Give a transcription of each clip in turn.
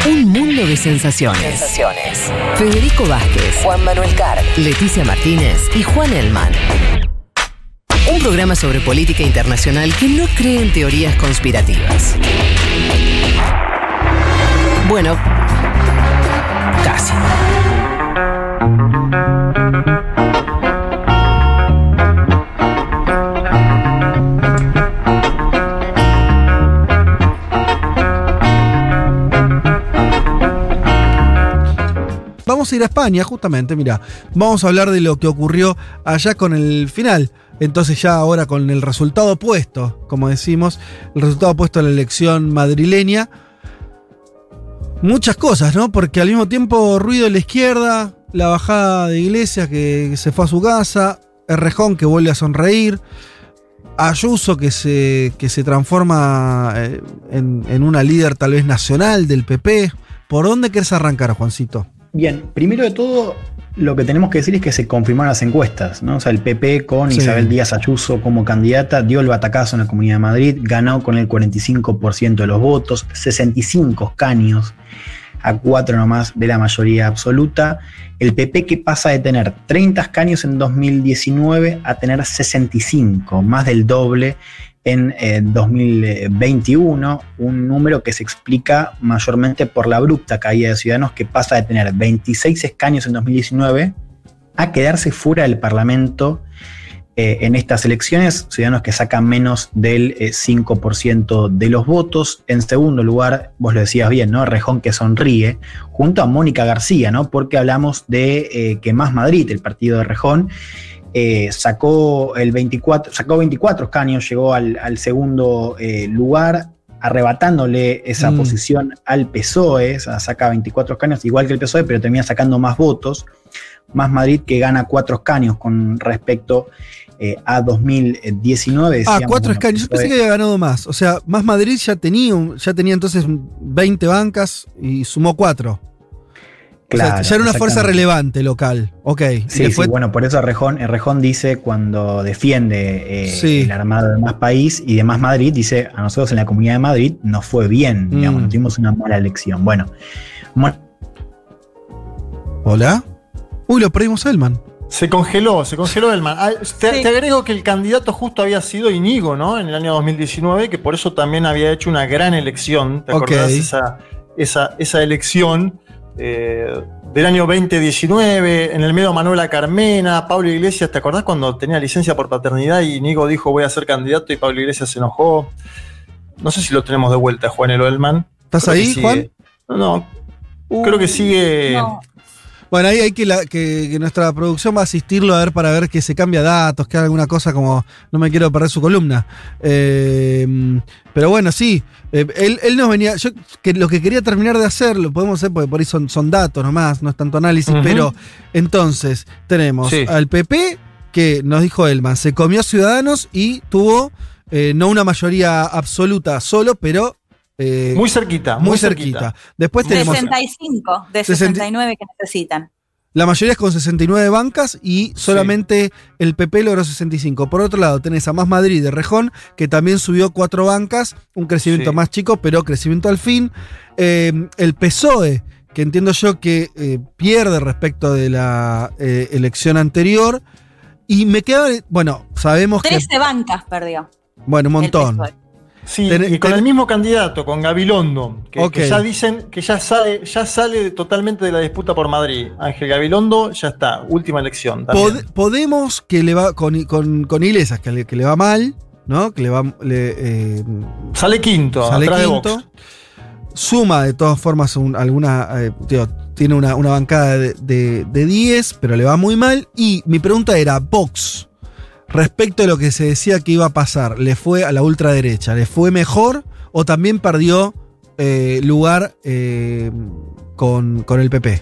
Un mundo de sensaciones. Federico Vázquez, Juan Manuel Carr, Leticia Martínez y Juan Elman. Un programa sobre política internacional que no cree en teorías conspirativas. Bueno, casi. Vamos a ir a España, justamente, mirá. Vamos a hablar de lo que ocurrió allá con el final. Entonces ya ahora con el resultado opuesto, como decimos, el resultado opuesto a la elección madrileña. Muchas cosas, ¿no? Porque al mismo tiempo ruido de la izquierda, la bajada de Iglesias que se fue a su casa, Errejón que vuelve a sonreír, Ayuso que se transforma en una líder tal vez nacional del PP. ¿Por dónde querés arrancar, Juancito? Bien, primero de todo, lo que tenemos que decir es que se confirmaron las encuestas, ¿no? O sea, el PP con Isabel Díaz Ayuso como candidata dio el batacazo en la Comunidad de Madrid, ganó con el 45% de los votos, 65 escaños a 4 nomás de la mayoría absoluta. El PP que pasa de tener 30 escaños en 2019 a tener 65, más del doble en 2021, un número que se explica mayormente por la abrupta caída de Ciudadanos, que pasa de tener 26 escaños en 2019 a quedarse fuera del Parlamento en estas elecciones. Ciudadanos que saca menos del 5% de los votos. En segundo lugar, vos lo decías bien, ¿no? Errejón que sonríe, junto a Mónica García, ¿no? Porque hablamos de que Más Madrid, el partido de Errejón, sacó 24 escaños, llegó al segundo lugar, arrebatándole esa posición al PSOE. O sea, saca 24 escaños, igual que el PSOE, pero termina sacando más votos. Más Madrid que gana 4 escaños con respecto a 2019. Decíamos, 4 escaños. Yo pensé que había ganado más. O sea, Más Madrid ya tenía entonces 20 bancas y sumó 4. Claro, o sea, ya era una fuerza relevante local. Ok. Sí, bueno, por eso Errejón dice, cuando defiende el armado de Más País y de Más Madrid, dice: a nosotros en la Comunidad de Madrid nos fue bien, digamos, no tuvimos una mala elección. Bueno. ¿Hola? Uy, lo perdimos a Elman. Se congeló Elman. Te agrego que el candidato justo había sido Íñigo, ¿no? En el año 2019, que por eso también había hecho una gran elección. ¿Te acordás esa elección? Del año 2019, en el medio Manuela Carmena, Pablo Iglesias, ¿te acordás cuando tenía licencia por paternidad y Íñigo dijo voy a ser candidato y Pablo Iglesias se enojó? No sé si lo tenemos de vuelta, Juan Elman. ¿Estás ahí, Juan? No, creo que sigue. No. Bueno, ahí hay que nuestra producción va a asistirlo a ver para ver que se cambia datos, que haga alguna cosa como no me quiero perder su columna. Pero bueno, sí. Él nos venía. Yo lo que quería terminar de hacer, lo podemos hacer porque por ahí son datos nomás, no es tanto análisis. Pero entonces tenemos al PP, que nos dijo Elman, se comió a Ciudadanos y tuvo no una mayoría absoluta solo, pero. Muy cerquita. Después tenemos 65 de 69 que necesitan. La mayoría es con 69 bancas y solamente el PP logró 65. Por otro lado, tenés a Más Madrid de Errejón, que también subió 4 bancas, un crecimiento más chico, pero crecimiento al fin. El PSOE, que entiendo yo que pierde respecto de la elección anterior. Y me queda, bueno, sabemos 13 bancas perdió. Bueno, un montón. Sí, y con el mismo candidato, con Gabilondo, que ya dicen que ya sale totalmente de la disputa por Madrid. Ángel Gabilondo ya está, última elección. Podemos, que le va con Iglesias, que le va mal, ¿no? Que sale quinto. Suma de todas formas tiene una bancada de 10, pero le va muy mal. Y mi pregunta era, Vox, respecto a lo que se decía que iba a pasar, ¿le fue a la ultraderecha? ¿Le fue mejor o también perdió lugar con el PP?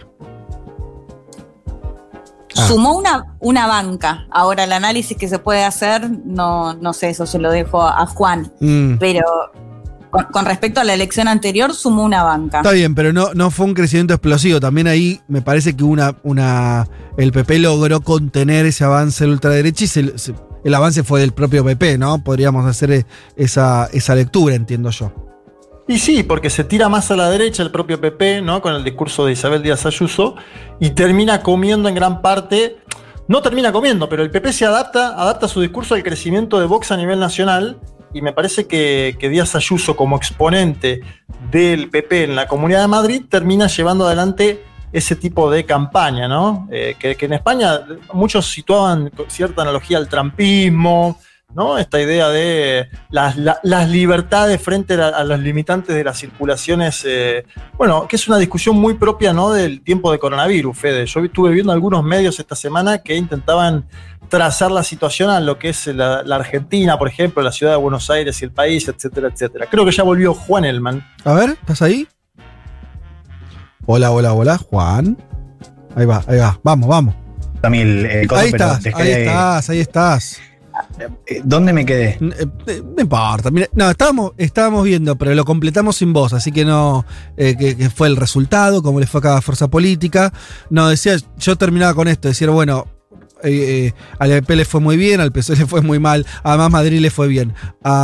Sumó una banca. Ahora el análisis que se puede hacer, no sé, eso se lo dejo a Juan. Pero con respecto a la elección anterior, sumó una banca. Está bien, pero no fue un crecimiento explosivo. También ahí me parece que el PP logró contener ese avance de la ultraderecha y el avance fue del propio PP, ¿no? Podríamos hacer esa lectura, entiendo yo. Y sí, porque se tira más a la derecha el propio PP, ¿no? Con el discurso de Isabel Díaz Ayuso, y termina comiendo en gran parte, no termina comiendo, pero el PP se adapta su discurso al crecimiento de Vox a nivel nacional, y me parece que Díaz Ayuso, como exponente del PP en la Comunidad de Madrid, termina llevando adelante ese tipo de campaña, ¿no? Que en España muchos situaban cierta analogía al trumpismo, ¿no? Esta idea de las libertades frente a los limitantes de las circulaciones, bueno, que es una discusión muy propia, ¿no? Del tiempo de coronavirus, Fede. Yo estuve viendo algunos medios esta semana que intentaban trazar la situación a lo que es la Argentina, por ejemplo, la ciudad de Buenos Aires y el país, etcétera, etcétera. Creo que ya volvió Juan Elman. A ver, ¿estás ahí? Hola, Juan. Ahí va, vamos. También Ahí estás. ¿Dónde me quedé? No importa. Mira, no, estábamos viendo, pero lo completamos sin vos, así que no. Que fue el resultado, cómo le fue a cada fuerza política. No, decía, yo terminaba con esto, decir, bueno, al EP le fue muy bien, al PSOE le fue muy mal, además Madrid le fue bien.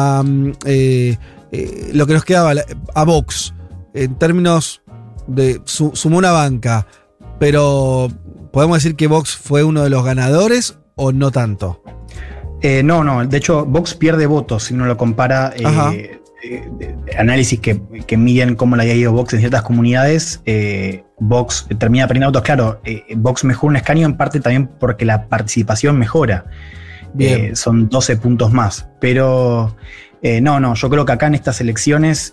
Lo que nos quedaba a Vox, en términos de sumó una banca, pero ¿podemos decir que Vox fue uno de los ganadores o no tanto? No, de hecho Vox pierde votos si uno lo compara. Análisis que miden cómo le ha ido Vox en ciertas comunidades. Vox termina perdiendo votos. Claro, Vox mejora un escaño en parte también porque la participación mejora. Son 12 puntos más. Pero no, yo creo que acá en estas elecciones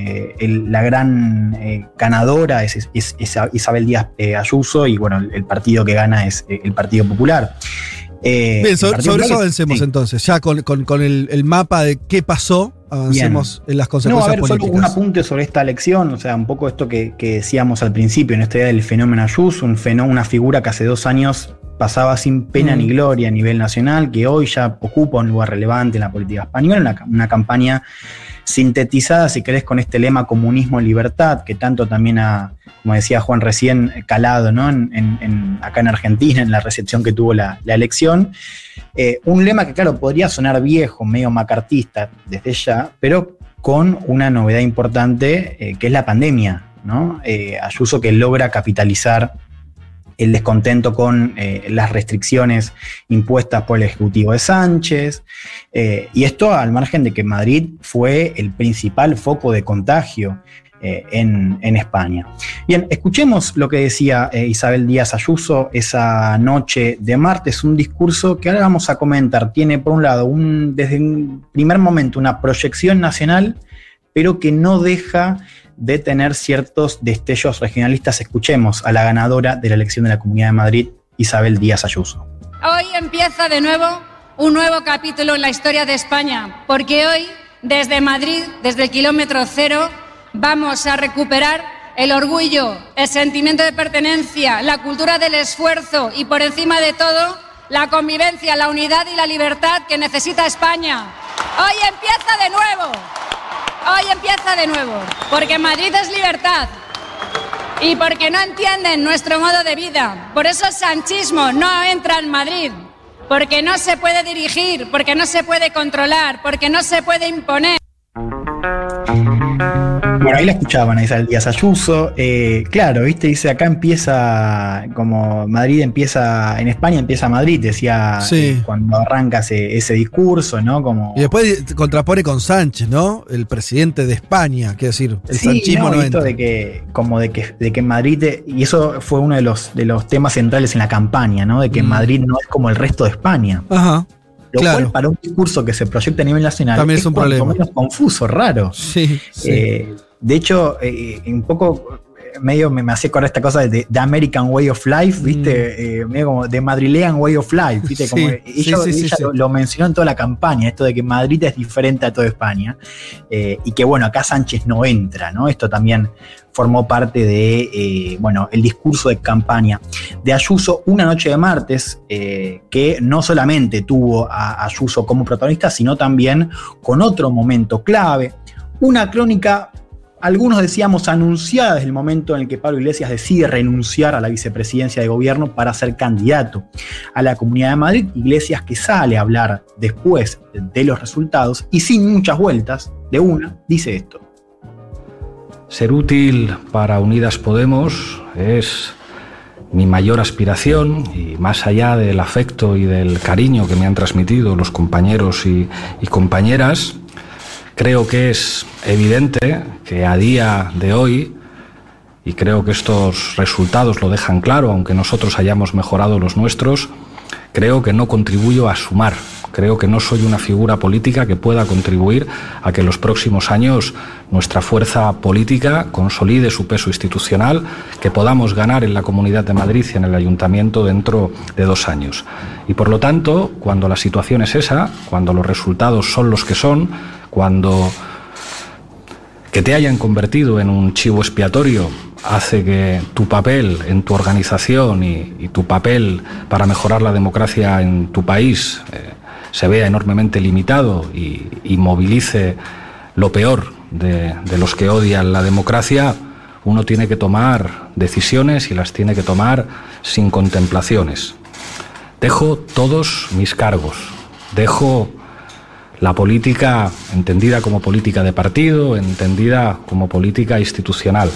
la gran ganadora es Isabel Díaz Ayuso, y bueno, el partido que gana es el Partido Popular. Bien, sobre eso avancemos entonces, ya con el mapa de qué pasó, avancemos en las consecuencias políticas. Solo un apunte sobre esta elección, o sea, un poco esto que decíamos al principio, en esta idea del fenómeno Ayuso, una figura que hace 2 años pasaba sin pena ni gloria a nivel nacional, que hoy ya ocupa un lugar relevante en la política española, una campaña sintetizada, si querés, con este lema comunismo libertad, que tanto también ha, como decía Juan recién, calado, ¿no? Acá en Argentina, en la recepción que tuvo la elección. Un lema que, claro, podría sonar viejo, medio macartista desde ya, pero con una novedad importante, que es la pandemia, ¿no? Ayuso, que logra capitalizar el descontento con las restricciones impuestas por el Ejecutivo de Sánchez, y esto al margen de que Madrid fue el principal foco de contagio en España. Bien, escuchemos lo que decía Isabel Díaz Ayuso esa noche de martes, un discurso que ahora vamos a comentar. Tiene, por un lado, desde un primer momento una proyección nacional, pero que no deja de tener ciertos destellos regionalistas. Escuchemos a la ganadora de la elección de la Comunidad de Madrid, Isabel Díaz Ayuso. Hoy empieza de nuevo un nuevo capítulo en la historia de España, porque hoy, desde Madrid, desde el kilómetro cero, vamos a recuperar el orgullo, el sentimiento de pertenencia, la cultura del esfuerzo y, por encima de todo, la convivencia, la unidad y la libertad que necesita España. Hoy empieza de nuevo. Hoy empieza de nuevo, porque Madrid es libertad y porque no entienden nuestro modo de vida. Por eso el sanchismo no entra en Madrid, porque no se puede dirigir, porque no se puede controlar, porque no se puede imponer. Bueno, ahí la escuchaban a Isabel Díaz Ayuso. Claro, viste, dice, acá empieza, como Madrid empieza, en España empieza Madrid, decía, sí, cuando arranca ese discurso, ¿no? Como... Y después contrapone con Sánchez, ¿no? El presidente de España, quiero decir, el sanchismo no entra. De que Madrid, y eso fue uno de los temas centrales en la campaña, ¿no? De que Madrid no es como el resto de España. Ajá. Lo cual, para un discurso que se proyecta a nivel nacional, también es un problema. Menos confuso, raro. Sí. De hecho, un poco medio me hacía acordar esta cosa de American Way of Life, ¿viste? Medio como de Madrilean Way of Life, ¿viste? Como ella lo mencionó en toda la campaña, esto de que Madrid es diferente a toda España, y que, bueno, acá Sánchez no entra, ¿no? Esto también formó parte de, el discurso de campaña de Ayuso una noche de martes, que no solamente tuvo a Ayuso como protagonista, sino también con otro momento clave, una crónica, algunos decíamos anunciada desde el momento en el que Pablo Iglesias decide renunciar a la vicepresidencia de gobierno para ser candidato a la Comunidad de Madrid. Iglesias, que sale a hablar después de los resultados y sin muchas vueltas, de una, dice esto. Ser útil para Unidas Podemos es mi mayor aspiración, y más allá del afecto y del cariño que me han transmitido los compañeros y compañeras, creo que es evidente que a día de hoy, y creo que estos resultados lo dejan claro, aunque nosotros hayamos mejorado los nuestros, creo que no contribuyo a sumar. Creo que no soy una figura política que pueda contribuir a que en los próximos años nuestra fuerza política consolide su peso institucional, que podamos ganar en la Comunidad de Madrid y en el Ayuntamiento dentro de 2 años. Y por lo tanto, cuando la situación es esa, cuando los resultados son los que son, cuando que te hayan convertido en un chivo expiatorio hace que tu papel en tu organización y tu papel para mejorar la democracia en tu país se vea enormemente limitado y movilice lo peor de los que odian la democracia, uno tiene que tomar decisiones y las tiene que tomar sin contemplaciones. Dejo todos mis cargos, dejo la política entendida como política de partido, entendida como política institucional.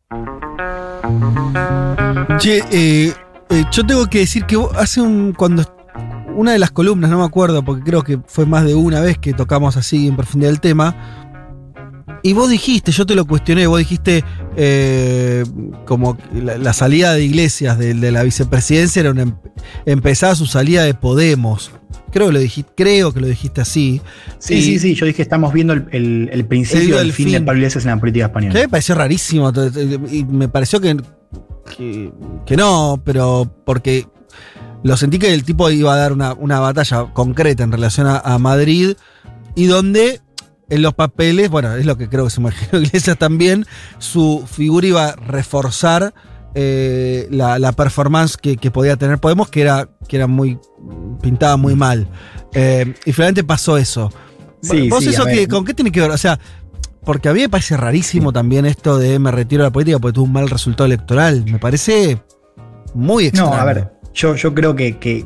Che, yo tengo que decir que cuando una de las columnas, no me acuerdo, porque creo que fue más de una vez que tocamos así en profundidad el tema, y vos dijiste, yo te lo cuestioné, vos dijiste como la salida de Iglesias de la vicepresidencia era empezaba su salida de Podemos. Creo que lo dijiste así. Sí, yo dije estamos viendo el principio del fin de Pablo Iglesias en la política española. Que me pareció rarísimo, y me pareció que no, pero porque lo sentí que el tipo iba a dar una batalla concreta en relación a Madrid, y donde en los papeles, bueno, es lo que creo que se imaginó Iglesias también, su figura iba a reforzar la performance que podía tener Podemos, que era muy pintada muy mal. Y finalmente pasó eso. Sí, ¿Vos eso con qué tiene que ver? O sea, porque a mí me parece rarísimo también esto de me retiro de la política porque tuvo un mal resultado electoral. Me parece muy extraño. No, a ver, yo creo que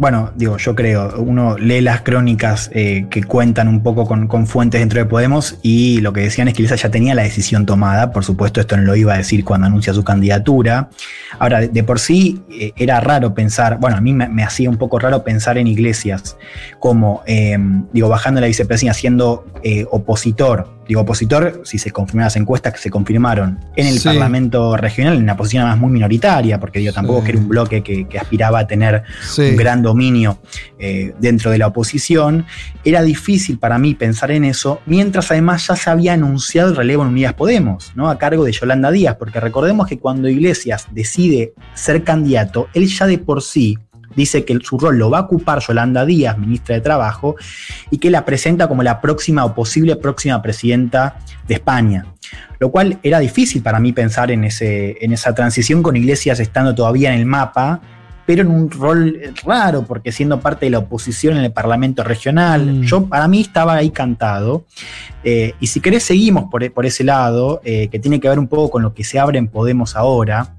uno lee las crónicas que cuentan un poco con fuentes dentro de Podemos, y lo que decían es que Iglesias ya tenía la decisión tomada. Por supuesto, esto no lo iba a decir cuando anuncia su candidatura. Ahora, de por sí era raro pensar, bueno, a mí me hacía un poco raro pensar en Iglesias como, bajando la vicepresidencia, siendo opositor. Opositor, si se confirman las encuestas que se confirmaron en el Parlamento regional, en una posición además muy minoritaria, porque tampoco que era un bloque que aspiraba a tener un gran dominio dentro de la oposición. Era difícil para mí pensar en eso, mientras además ya se había anunciado el relevo en Unidas Podemos, ¿no? A cargo de Yolanda Díaz, porque recordemos que cuando Iglesias decide ser candidato, él ya de por sí dice que su rol lo va a ocupar Yolanda Díaz, ministra de Trabajo, y que la presenta como la próxima o posible próxima presidenta de España. Lo cual era difícil para mí pensar en esa transición con Iglesias estando todavía en el mapa, pero en un rol raro, porque siendo parte de la oposición en el Parlamento regional, para mí estaba ahí cantado. Y si querés seguimos por ese lado, que tiene que ver un poco con lo que se abre en Podemos ahora.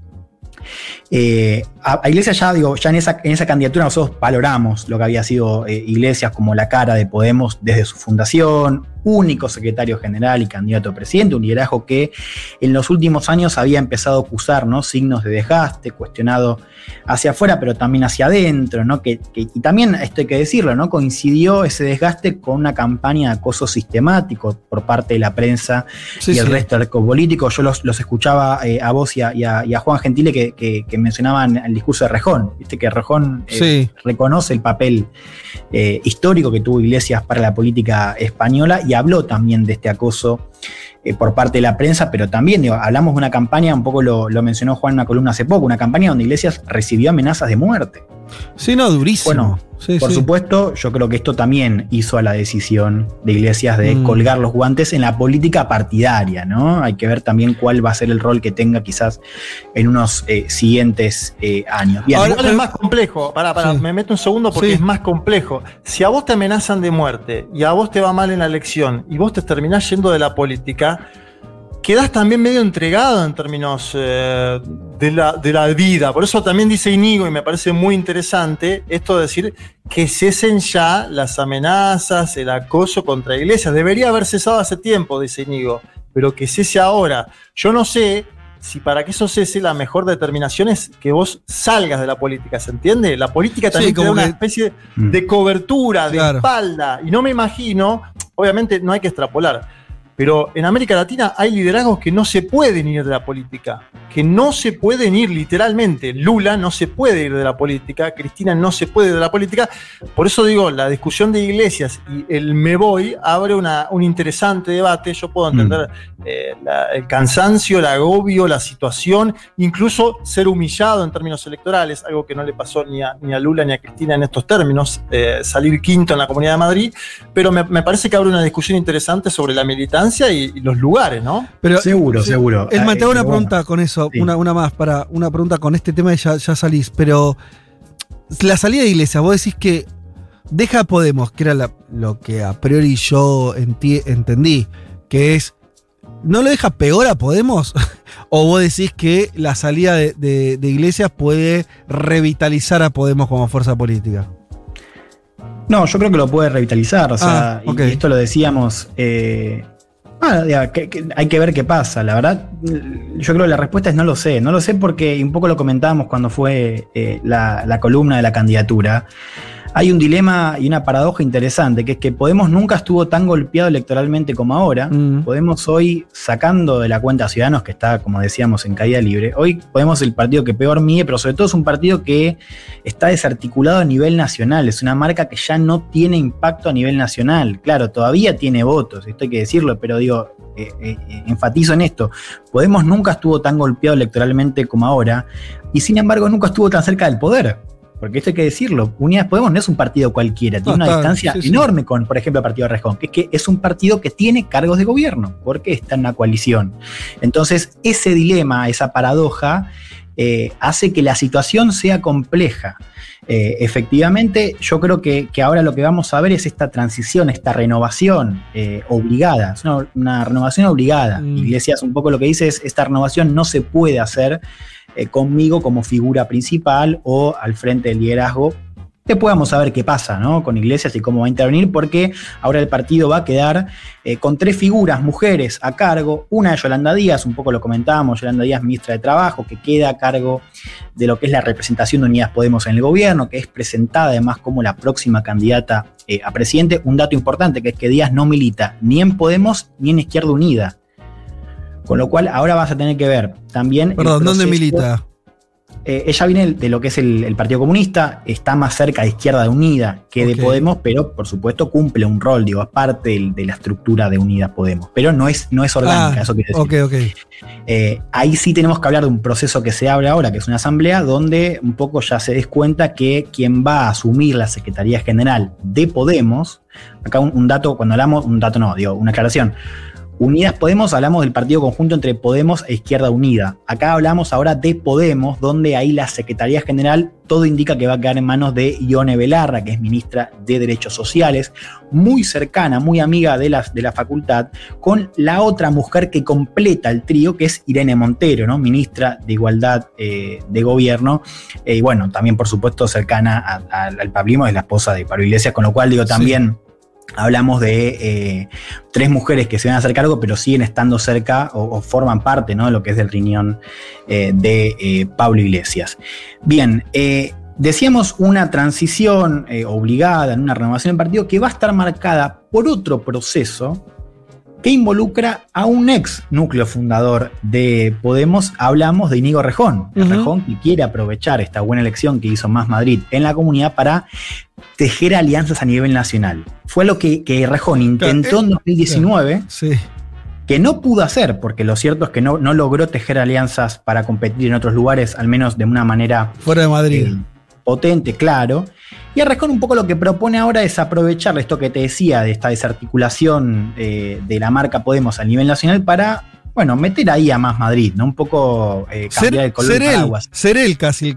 A Iglesias ya en esa candidatura nosotros valoramos lo que había sido Iglesias como la cara de Podemos desde su fundación, único secretario general y candidato a presidente, un liderazgo que en los últimos años había empezado a acusar, ¿no?, signos de desgaste, cuestionado hacia afuera, pero también hacia adentro, ¿no? Y también, esto hay que decirlo, ¿no?, coincidió ese desgaste con una campaña de acoso sistemático por parte de la prensa y el resto del arco político. Yo los escuchaba a vos y a Juan Gentile que mencionaban el discurso de Rejón. Viste que Rejón reconoce el papel histórico que tuvo Iglesias para la política española, y habló también de este acoso por parte de la prensa, pero también hablamos de una campaña, un poco lo mencionó Juan en una columna hace poco, una campaña donde Iglesias recibió amenazas de muerte. Sí, no, durísimo. Bueno, por supuesto, yo creo que esto también hizo a la decisión de Iglesias de colgar los guantes en la política partidaria, ¿no? Hay que ver también cuál va a ser el rol que tenga quizás en unos siguientes años. Bien, ahora es más complejo. Me meto un segundo porque es más complejo. Si a vos te amenazan de muerte y a vos te va mal en la elección y vos te terminás yendo de la política, quedás también medio entregado en términos de la vida. Por eso también dice Íñigo, y me parece muy interesante, esto de decir que cesen ya las amenazas, el acoso contra Iglesias. Debería haber cesado hace tiempo, dice Íñigo. pero que cese ahora. Yo no sé si para que eso cese la mejor determinación es que vos salgas de la política, ¿se entiende? La política también te da una especie de cobertura, de espalda, y no me imagino, obviamente no hay que extrapolar, pero en América Latina hay liderazgos que no se pueden ir de la política, que no se pueden ir literalmente. Lula no se puede ir de la política, Cristina no se puede ir de la política. Por eso digo, la discusión de Iglesias y el me voy abre un interesante debate. Yo puedo entender el cansancio, el agobio, la situación, incluso ser humillado en términos electorales, algo que no le pasó ni a Lula ni a Cristina en estos términos, salir quinto en la Comunidad de Madrid, pero me parece que abre una discusión interesante sobre la militancia y los lugares, ¿no? Pero seguro. Elman, te hago una pregunta con eso, sí. una más, para una pregunta con este tema y ya salís, pero la salida de Iglesias, vos decís que deja a Podemos, que era lo que a priori yo entendí, que es, ¿no lo deja peor a Podemos? ¿O vos decís que la salida de Iglesias puede revitalizar a Podemos como fuerza política? No, yo creo que lo puede revitalizar, o sea, okay. Y esto lo decíamos... hay que ver qué pasa, la verdad. Yo creo que la respuesta es no lo sé porque un poco lo comentábamos cuando fue la columna de la candidatura. Hay un dilema y una paradoja interesante, que es que Podemos nunca estuvo tan golpeado electoralmente como ahora. Podemos hoy, sacando de la cuenta a Ciudadanos, que está, como decíamos, en caída libre, hoy Podemos es el partido que peor mide, pero sobre todo es un partido que está desarticulado a nivel nacional. Es una marca que ya no tiene impacto a nivel nacional. Claro, todavía tiene votos, esto hay que decirlo, pero digo, enfatizo en esto. Podemos nunca estuvo tan golpeado electoralmente como ahora, y sin embargo nunca estuvo tan cerca del poder. Porque esto hay que decirlo, Unidas Podemos no es un partido cualquiera, tiene una distancia enorme con, por ejemplo, el partido de Rejón, que es un partido que tiene cargos de gobierno, porque está en una coalición. Entonces, ese dilema, esa paradoja, hace que la situación sea compleja. Efectivamente, yo creo que ahora lo que vamos a ver es esta transición, esta renovación obligada, es una renovación obligada. Iglesias un poco lo que dice es, esta renovación no se puede hacer conmigo como figura principal o al frente del liderazgo. Después vamos a ver qué pasa, ¿no?, con Iglesias y cómo va a intervenir, porque ahora el partido va a quedar con 3 figuras, mujeres, a cargo. Una es Yolanda Díaz, un poco lo comentábamos, Yolanda Díaz, ministra de Trabajo, que queda a cargo de lo que es la representación de Unidas Podemos en el gobierno, que es presentada además como la próxima candidata a presidente. Un dato importante, que es que Díaz no milita ni en Podemos ni en Izquierda Unida. Con lo cual ahora vas a tener que ver también... Perdón, ¿dónde milita? Ella viene de lo que es el Partido Comunista, está más cerca de Izquierda Unida que de Podemos, pero por supuesto cumple un rol, digo, es parte de la estructura de Unidas Podemos, pero no es orgánica, eso quiere decir. Ahí sí tenemos que hablar de un proceso que se abre ahora, que es una asamblea, donde un poco ya se des cuenta que quien va a asumir la Secretaría General de Podemos, acá un dato, cuando hablamos, una aclaración. Unidas Podemos, hablamos del partido conjunto entre Podemos e Izquierda Unida. Acá hablamos ahora de Podemos, donde ahí la Secretaría General, todo indica que va a quedar en manos de Ione Belarra, que es ministra de Derechos Sociales, muy cercana, muy amiga de la facultad, con la otra mujer que completa el trío, que es Irene Montero, ¿no?, ministra de Igualdad de Gobierno, y bueno, también por supuesto cercana al pablismo, es la esposa de Pablo Iglesias, con lo cual digo también... Hablamos de 3 mujeres que se van a hacer cargo, pero siguen estando cerca o forman parte, ¿no?, de lo que es del riñón de Pablo Iglesias. Bien, decíamos una transición obligada, en una renovación del partido que va a estar marcada por otro proceso que involucra a un ex núcleo fundador de Podemos. Hablamos de Íñigo Errejón. Errejón, que quiere aprovechar esta buena elección que hizo Más Madrid en la comunidad para tejer alianzas a nivel nacional. Fue lo que Errejón intentó en 2019, que no pudo hacer, porque lo cierto es que no logró tejer alianzas para competir en otros lugares, al menos de una manera... Fuera de Madrid. Potente, claro. Y Errejón un poco lo que propone ahora es aprovechar esto que te decía, de esta desarticulación de la marca Podemos a nivel nacional para, bueno, meter ahí a Más Madrid, ¿no? Un poco cambiar el color de aguas. Ser él casi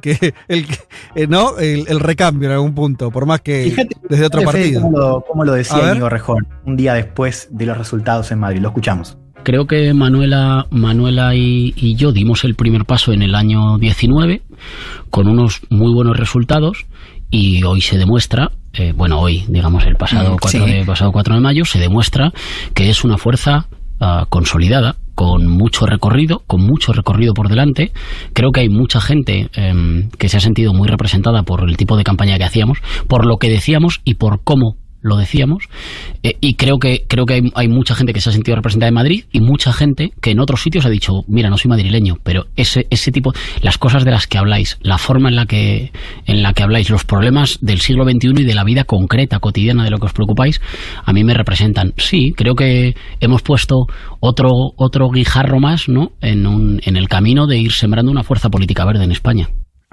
el recambio en algún punto, por más que fíjate, desde otro partido. Cómo lo decía Íñigo Errejón un día después de los resultados en Madrid. Lo escuchamos. Creo que Manuela y yo dimos el primer paso en el año 19 con unos muy buenos resultados, y hoy se demuestra, hoy, digamos el pasado 4 de mayo, se demuestra que es una fuerza consolidada, con mucho recorrido por delante. Creo que hay mucha gente que se ha sentido muy representada por el tipo de campaña que hacíamos, por lo que decíamos y por cómo lo decíamos, y creo que hay mucha gente que se ha sentido representada en Madrid y mucha gente que en otros sitios ha dicho, mira, no soy madrileño, pero ese tipo, las cosas de las que habláis, la forma en la que habláis, los problemas del siglo XXI y de la vida concreta, cotidiana de lo que os preocupáis, a mí me representan. Sí, creo que hemos puesto otro guijarro más, ¿no?, en el camino de ir sembrando una fuerza política verde en España.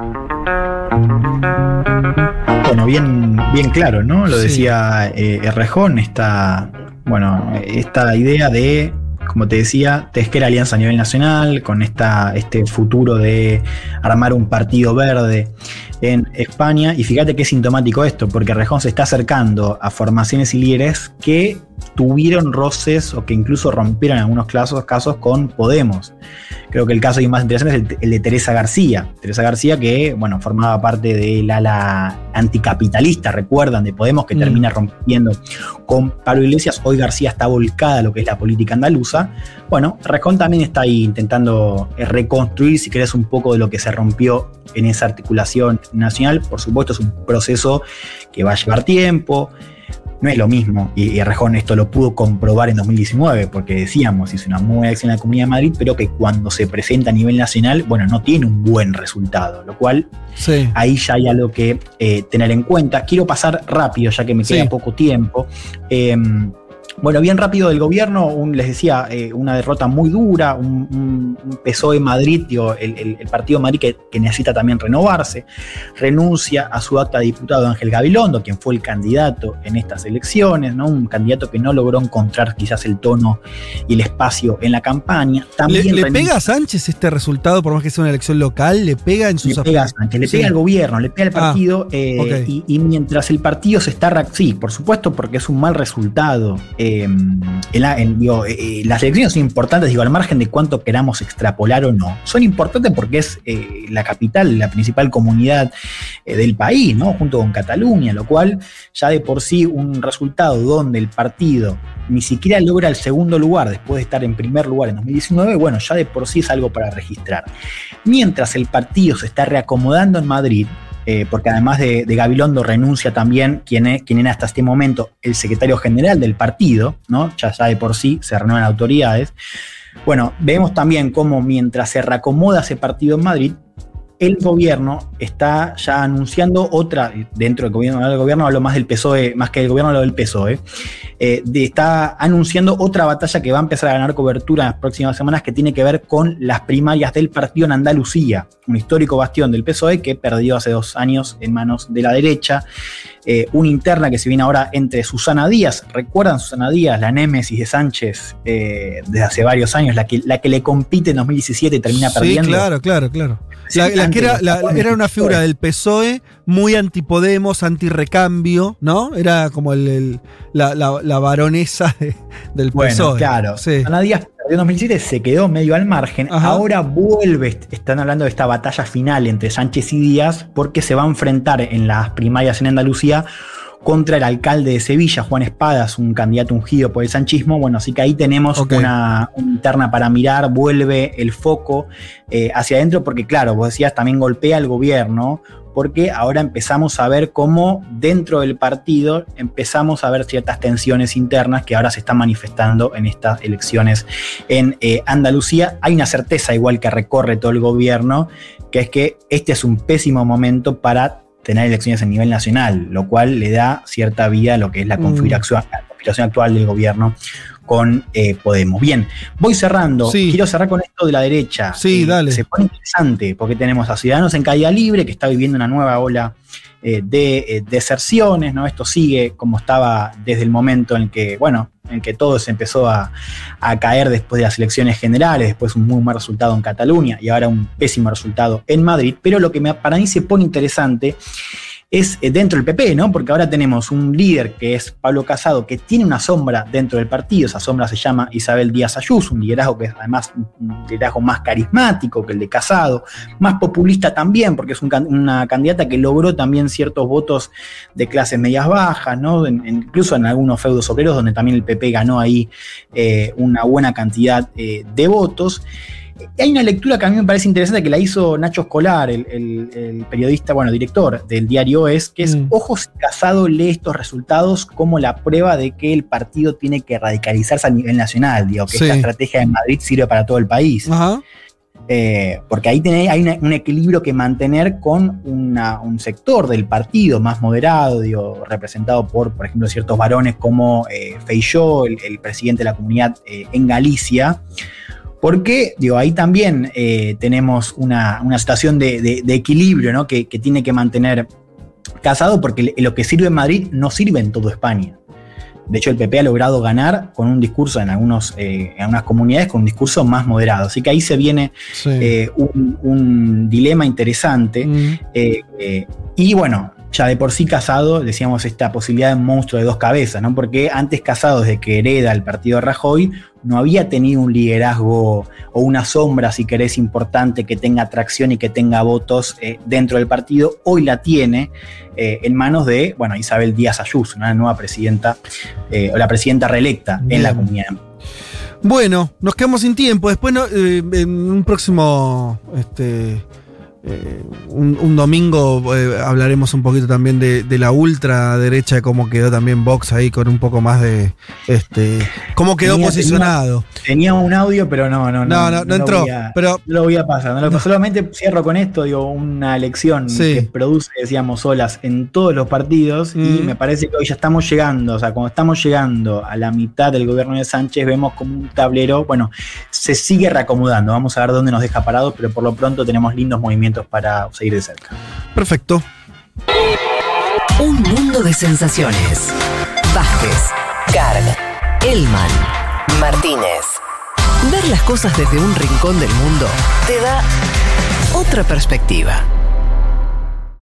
Bueno, bien claro, ¿no? Lo decía Errejón, esta idea de, como te decía, tejer alianza a nivel nacional, con este futuro de armar un partido verde en España. Y fíjate qué sintomático esto, porque Errejón se está acercando a formaciones y líderes que tuvieron roces o que incluso rompieron en algunos casos con Podemos. Creo que el caso más interesante es el de Teresa García. Teresa García, que formaba parte del ala anticapitalista, recuerdan, de Podemos, que termina rompiendo con Pablo Iglesias. Hoy García está volcada a lo que es la política andaluza. Bueno, Errejón también está ahí intentando reconstruir, si querés, un poco de lo que se rompió en esa articulación nacional. Por supuesto, es un proceso que va a llevar tiempo. No es lo mismo, y Errejón esto lo pudo comprobar en 2019, porque decíamos, hizo una muy buena elección en la Comunidad de Madrid, pero que cuando se presenta a nivel nacional, no tiene un buen resultado, lo cual ahí ya hay algo que tener en cuenta. Quiero pasar rápido, ya que me queda poco tiempo. Bien rápido del gobierno, les decía, una derrota muy dura, un PSOE Madrid, el partido de Madrid que necesita también renovarse, renuncia a su acta de diputado Ángel Gabilondo, quien fue el candidato en estas elecciones, ¿no? Un candidato que no logró encontrar quizás el tono y el espacio en la campaña. También ¿Le pega a Sánchez este resultado, por más que sea una elección local? ¿Le pega en sus Le pega a Sánchez, le pega al gobierno, le pega al partido, y mientras el partido se está... Sí, por supuesto, porque es un mal resultado. Las elecciones son importantes, al margen de cuánto queramos extrapolar o no. Son importantes porque es la capital, la principal comunidad del país, ¿no?, junto con Cataluña, lo cual ya de por sí un resultado donde el partido ni siquiera logra el segundo lugar después de estar en primer lugar en 2019, ya de por sí es algo para registrar. Mientras el partido se está reacomodando en Madrid, porque además de Gabilondo renuncia también quien era hasta este momento el secretario general del partido, ¿no? Ya de por sí se renuevan autoridades. Vemos también cómo mientras se reacomoda ese partido en Madrid, el gobierno está ya anunciando otra, dentro del gobierno hablo más del PSOE, más que del gobierno hablo del PSOE, está anunciando otra batalla que va a empezar a ganar cobertura en las próximas semanas, que tiene que ver con las primarias del partido en Andalucía, un histórico bastión del PSOE que perdió hace 2 años en manos de la derecha. Una interna que se viene ahora entre Susana Díaz. ¿Recuerdan Susana Díaz, la némesis de Sánchez desde hace varios años, la que le compite en 2017 y termina perdiendo? Sí, claro. La que era una figura del PSOE muy anti-Podemos, anti-recambio, ¿no? Era como la baronesa del PSOE. Claro. Susana Díaz en 2017 se quedó medio al margen. Ajá. Ahora vuelve, están hablando de esta batalla final entre Sánchez y Díaz, porque se va a enfrentar en las primarias en Andalucía contra el alcalde de Sevilla, Juan Espadas, un candidato ungido por el sanchismo. Así que ahí tenemos una interna para mirar, vuelve el foco hacia adentro, porque claro, vos decías, también golpea al gobierno, porque ahora empezamos a ver cómo dentro del partido empezamos a ver ciertas tensiones internas que ahora se están manifestando en estas elecciones en Andalucía. Hay una certeza igual que recorre todo el gobierno, que es que este es un pésimo momento para tener elecciones a nivel nacional, lo cual le da cierta vida a lo que es la configuración actual del gobierno con Podemos. Bien, voy cerrando. Quiero cerrar con esto de la derecha. Dale. Se pone interesante porque tenemos a Ciudadanos en caída libre, que está viviendo una nueva ola de deserciones, ¿no? Esto sigue como estaba desde el momento en que todo se empezó a caer después de las elecciones generales, después un muy mal resultado en Cataluña y ahora un pésimo resultado en Madrid. Pero lo que para mí se pone interesante es dentro del PP, ¿no? Porque ahora tenemos un líder que es Pablo Casado, que tiene una sombra dentro del partido. Esa sombra se llama Isabel Díaz Ayuso, un liderazgo que es además un liderazgo más carismático que el de Casado, más populista también, porque es una candidata que logró también ciertos votos de clases medias bajas, ¿no? Incluso en algunos feudos obreros, donde también el PP ganó ahí una buena cantidad de votos. Hay una lectura que a mí me parece interesante que la hizo Nacho Escolar, el periodista, director del diario OES, que es, ojo si Casado lee estos resultados como la prueba de que el partido tiene que radicalizarse a nivel nacional, que esta estrategia de Madrid sirve para todo el país. Ajá. Porque ahí hay un equilibrio que mantener con un sector del partido más moderado, representado por ejemplo, ciertos varones como Feijóo, el presidente de la comunidad en Galicia. Porque, ahí también tenemos una situación de equilibrio, ¿no? que tiene que mantener Casado, porque lo que sirve en Madrid no sirve en toda España. De hecho, el PP ha logrado ganar con un discurso en algunas comunidades, con un discurso más moderado. Así que ahí se viene un dilema interesante. Y bueno, ya de por sí Casado, decíamos, esta posibilidad de un monstruo de dos cabezas, ¿no? Porque antes Casado, desde que hereda el partido de Rajoy, no había tenido un liderazgo o una sombra, si querés, importante que tenga atracción y que tenga votos dentro del partido. Hoy la tiene en manos de, Isabel Díaz Ayuso, una nueva presidenta, o la presidenta reelecta en la comunidad. Bueno, nos quedamos sin tiempo. Después en un próximo... un domingo hablaremos un poquito también de la ultraderecha, de cómo quedó también Vox ahí con un poco más de cómo quedó posicionado. Tenía un audio, pero no entró. Pero lo voy a pasar. Solamente cierro con esto, una elección que produce, decíamos, olas en todos los partidos, y me parece que hoy ya estamos llegando, cuando estamos llegando a la mitad del gobierno de Sánchez, vemos como un tablero, se sigue reacomodando. Vamos a ver dónde nos deja parados, pero por lo pronto tenemos lindos movimientos para seguir de cerca. Perfecto. Un mundo de sensaciones. Vázquez, Carg, Elman, Martínez. Ver las cosas desde un rincón del mundo te da otra perspectiva.